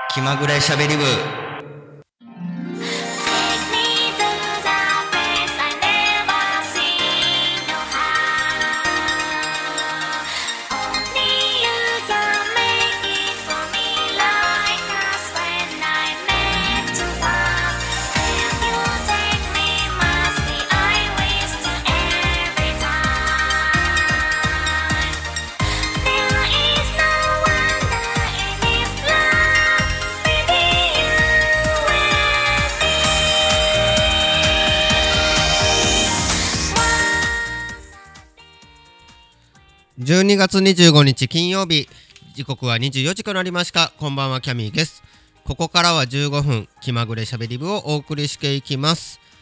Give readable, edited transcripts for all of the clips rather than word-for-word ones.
気まぐれしゃべり部。12月25日金曜日、時刻は24時となりました。こんばんは、キャミーです。ここからは15分気まぐれしゃべり部をお送りしていきます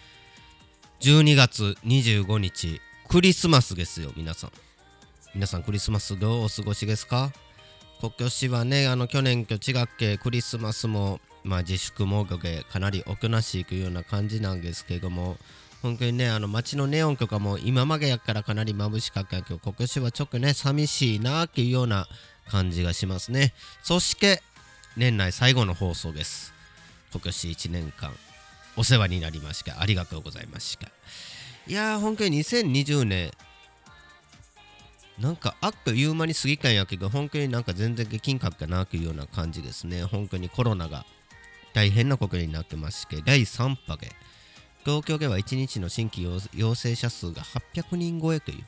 。12月25日クリスマスですよ。皆さんクリスマスどうお過ごしですか？今年はね、去年と違ってクリスマスも自粛モードでかなりおとなしいというような感じなんですけれども、本当にね、街のネオンとかも今までやからかなり眩しかったけど、今年はちょっとね寂しいなっていうような感じがしますね。そして年内最後の放送です。今年1年間お世話になりました。ありがとうございました。いやー、本当に2020年なんかあっという間に過ぎたんやけど、本当になんか全然できんかったなというような感じですね。本当にコロナが大変なことになってまして、第3波で東京では1日の新規陽性者数が800人超えという、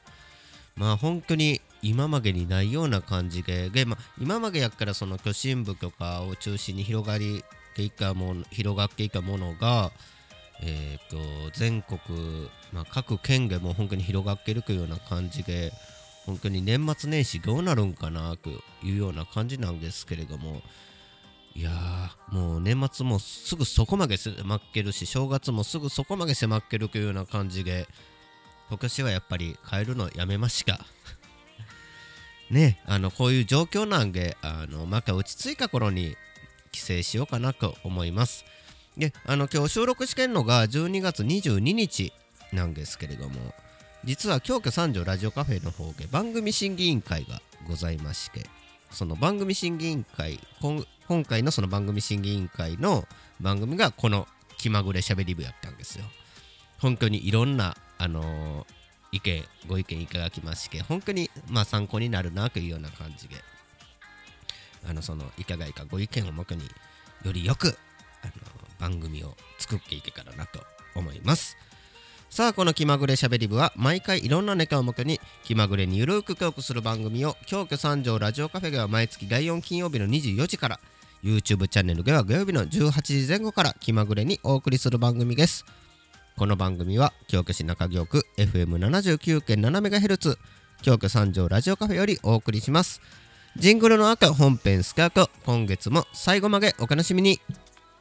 本当に今までにないような感じで、今までやったらその都心部とかを中心に広がっていたものが、全国、各県でも本当に広がっているというような感じで、本当に年末年始どうなるんかなというような感じなんですけれども、いやー、もう年末もすぐそこまで迫ってるし、正月もすぐそこまで迫ってるというような感じで、今年はやっぱり帰るのやめましたね。こういう状況なんで、また落ち着いた頃に帰省しようかなと思います。で、今日収録してんのが12月22日なんですけれども、実は京都三条ラジオカフェの方で番組審議委員会がございまして、その番組審議委員会、今回のその番組審議委員会の番組がこの気まぐれしゃべり部やったんですよ。本当にいろんなご意見いただきまして、本当に参考になるなというような感じで、そのいただいたご意見をもとによりよく番組を作っていけたらなと思います。さあ、この気まぐれしゃべり部は毎回いろんなネタをもとに気まぐれにゆるくトークする番組を、京都三条ラジオカフェでは毎月第4金曜日の24時から、 YouTube チャンネルでは土曜日の18時前後から気まぐれにお送りする番組です。この番組は京都市中京区 FM79.7MHz 京都三条ラジオカフェよりお送りします。ジングルの後、本編スタート。今月も最後までお楽しみに。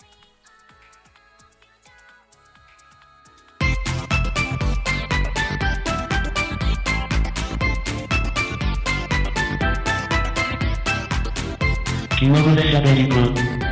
気まぐれしゃべり部。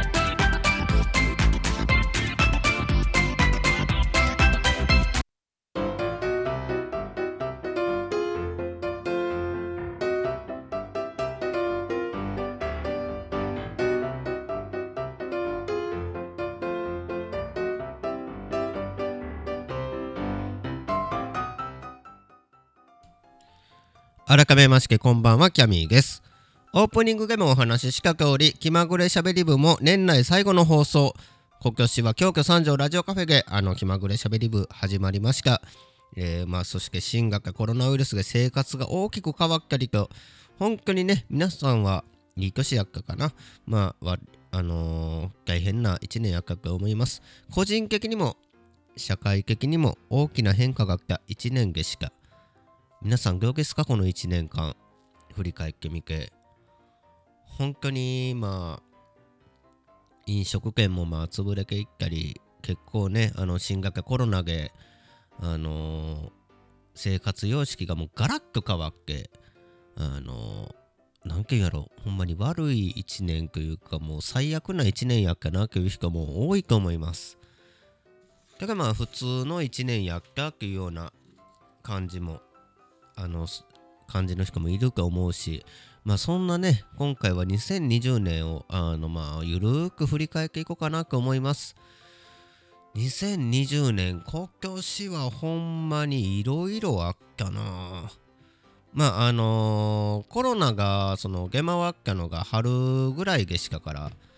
改めましてこんばんは、キャミーです。オープニングでもお話しした通り、気まぐれしゃべり部も年内最後の放送。今年は京都三条ラジオカフェで気まぐれしゃべり部始まりました。そして新型コロナウイルスで生活が大きく変わったりと、本当にね、皆さんはいい年やったかな。大変な1年やったと思います。個人的にも社会的にも大きな変化があった1年でした。皆さんどうですか？この1年間振り返ってみて。本当に飲食店も潰れていったり、結構ね、新型コロナで生活様式がもうガラッと変わって、なんていうんやろ、ほんまに悪い1年というか、もう最悪な1年やっかなという人も多いと思います。だから普通の1年やったっていうような感じも感じの人もいると思うし、 そんなね、今回は2020年をゆるーく振り返っていこうかなと思います。2020年、今年はほんまにいろいろあったな。コロナが出回ったのが春ぐらいでしたから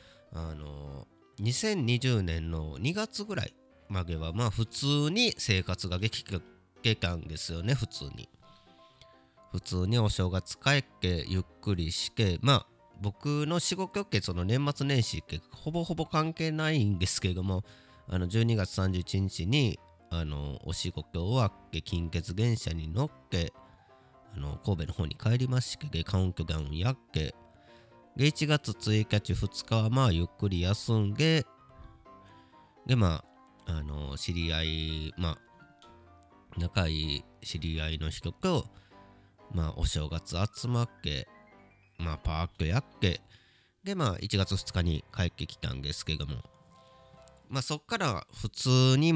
、2020年の2月ぐらいまでは普通に生活ができてたんですよね。普通にお正月帰ってゆっくりして、僕の仕事って年末年始ってほぼほぼ関係ないんですけれども、12月31日にお仕事終わって近鉄電車に乗って神戸の方に帰りまして、カウントダウンやってで1月1日2日はゆっくり休んで、で知り合い仲いい知り合いの人とお正月集まってパーッとやってで1月2日に帰ってきたんですけども、そっから普通に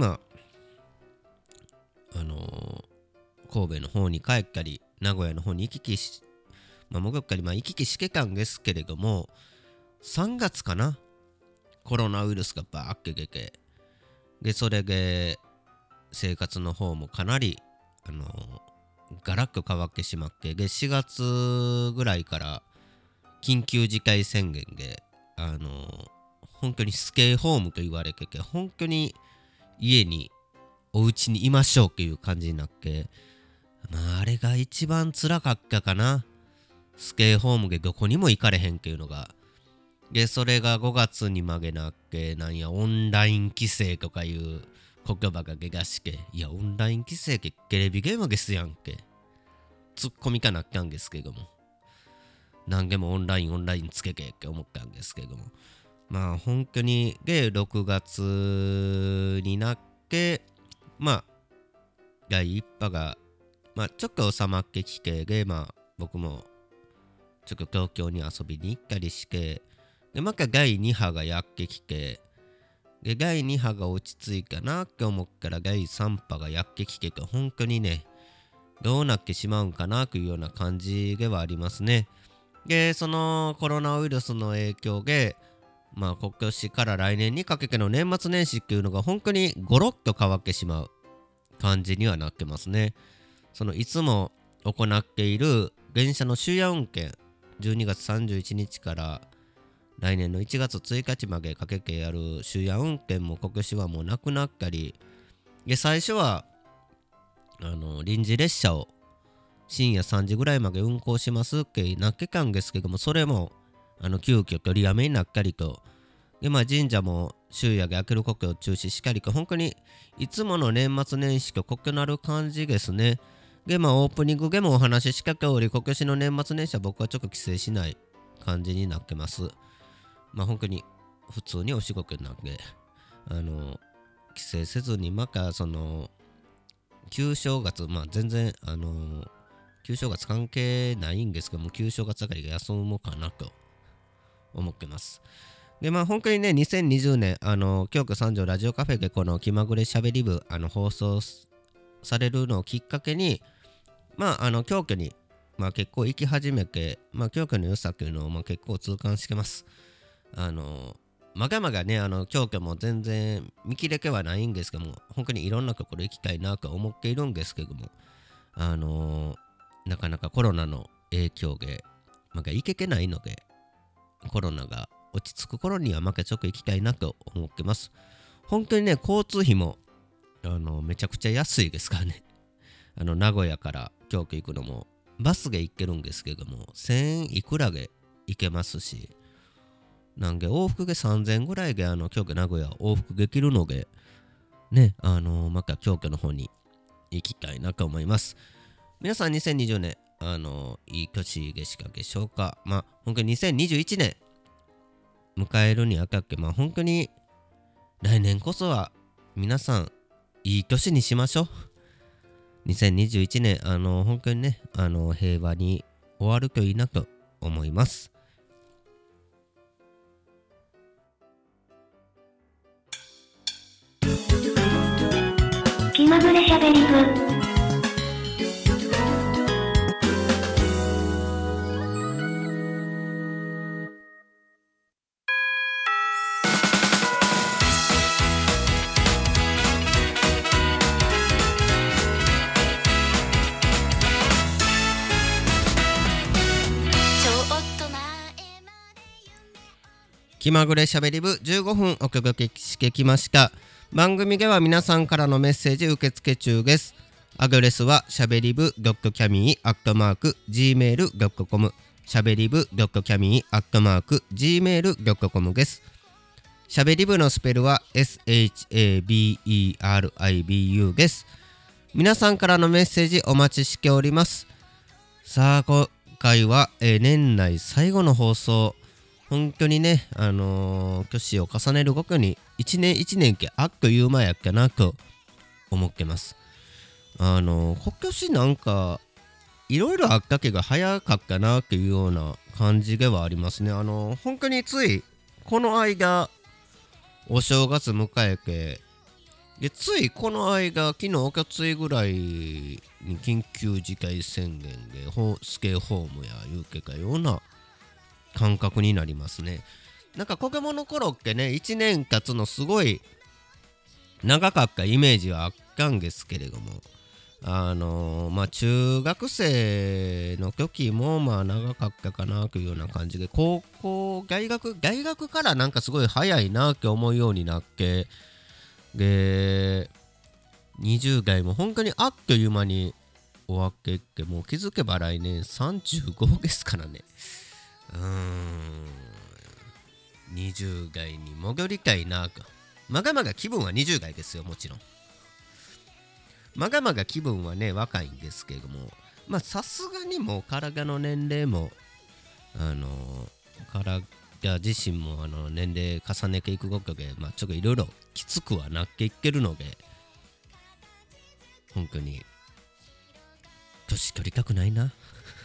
神戸の方に帰ったり名古屋の方に行き来し潜ったり行き来してたんですけれども、3月かな、コロナウイルスがバーッて出て、でそれで生活の方もかなりガラッと変わってしまって、で4月ぐらいから緊急事態宣言で本当にステイホームと言われてて、本当に家にお家にいましょうっていう感じになって、あれが一番辛かったかな。ステイホームでどこにも行かれへんっていうのが。でそれが5月にまでなってオンライン規制とかいう言葉が出だして、いやオンライン規制ってテレビゲームですやんけツッコミかなったんですけども、何でもオンラインつけけって思ったんですけども、本当にで6月になって第1波がちょっと収まってきて、で僕もちょっと東京に遊びに行ったりして、でまた第2波がやってきて、で第2波が落ち着いたなって思ったら第3波がやってきてと、本当にねどうなってしまうんかなというような感じではありますね。でそのコロナウイルスの影響で今年から来年にかけての年末年始っていうのが本当にゴロッと変わってしまう感じにはなってますね。いつも行っている電車の終夜運転、12月31日から来年の1月1日までかけてやる終夜運転も今年はもうなくなったりで、最初は臨時列車を深夜3時ぐらいまで運行しますってなってたんですけども、それも急遽取りやめになったりと、で神社も終夜で開けることを中止したりと、本当にいつもの年末年始と異なる感じですね。でオープニングでもお話しした通り、今年の年末年始は僕はちょっと帰省しない感じになってます。本当に普通にお仕事なんで帰省せずに旧正月全然旧正月関係ないんですけども、旧正月あたりが休もうかなと思ってます。で本当にね2020年京都三条ラジオカフェでこの気まぐれしゃべり部放送されるのをきっかけに京都に結構行き始めて、京都の良さっていうのを結構痛感してます。まだまだね京都も全然見切れてはないんですけども、本当にいろんなところ行きたいなと思っているんですけども、なかなかコロナの影響でまだ行けてないので、コロナが落ち着く頃にはまたちょっと行きたいなと思ってます。本当にね交通費もめちゃくちゃ安いですからね。名古屋から京都行くのもバスで行けるんですけども1000いくらで行けますし、なんで往復で3000ぐらいで京都名古屋往復できるのでね、また京都の方に行きたいなと思います。皆さん2020年いい年でしたでしょうか。本当に2021年迎えるにあたって本当に来年こそは皆さんいい年にしましょう。2021年本当にね平和に終わるといいなと思います。 気まぐれしゃべり部。 気まぐれしゃべり部15分お届けしてきました。番組では皆さんからのメッセージ受付中です。アドレスはしゃべり部.cami@gmail.com しゃべり部.cami@gmail.com です。しゃべり部のスペルは SHABERIBU です。皆さんからのメッセージお待ちしております。さあ今回は、年内最後の放送、本当にね年を重ねるごとに一年一年あっという間やっけなと思ってます。今年なんかいろいろあったけが早かったなっていうような感じではありますね。本当についこの間お正月迎えて、でついこの間昨日おとついぐらいに緊急事態宣言でステイホームやいうけかような感覚になりますね。なんか子供の頃ってね1年経つのすごい長かったイメージはあったんですけれども、中学生の時も長かったかなというような感じで、高校大学からなんかすごい早いなって思うようになって、で20代も本当にあっという間に終わっていって、もう気づけば来年35ですからね。20代に戻りたいなと。まがまが気分は20代ですよ、もちろん。まがまが気分はね若いんですけれども、さすがにもう体の年齢も体自身も年齢重ねていくごとでちょっといろいろきつくはなっていってるので、本当に年取りたくないな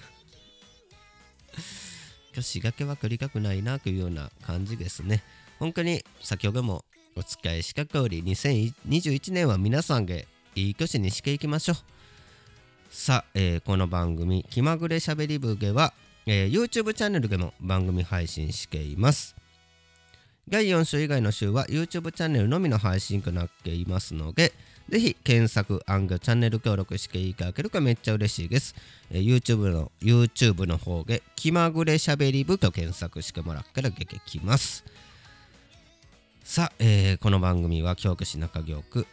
年だけは取りたくないなというような感じですね。本当に先ほどもお伝えした通り2021年は皆さんでいい年にしていきましょう。さあ、この番組気まぐれしゃべり部では、YouTube チャンネルでも番組配信しています。第4週以外の週は YouTube チャンネルのみの配信となっていますので、ぜひ検索チャンネル登録していただけるとめっちゃ嬉しいです。YouTube の方で気まぐれしゃべり部と検索してもらったら出てきます。さあ、この番組は京都市中京区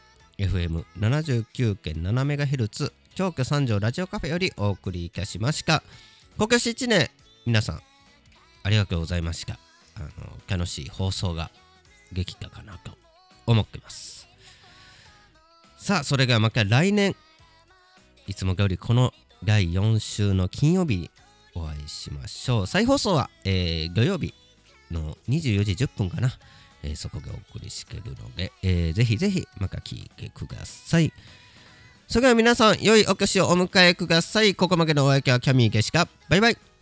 FM79.7MHz 京都三条ラジオカフェよりお送りいたしました。今年1年皆さんありがとうございました。楽しい放送ができたかなと思ってます。さあそれではまた来年いつも通りこの第4週の金曜日にお会いしましょう。再放送は、土曜日の24時10分かな。そこでお送りしているので、ぜひぜひまた聞いてください。それでは皆さん良いお年をお迎えください。ここまでのお相手はキャミーでした。バイバイ。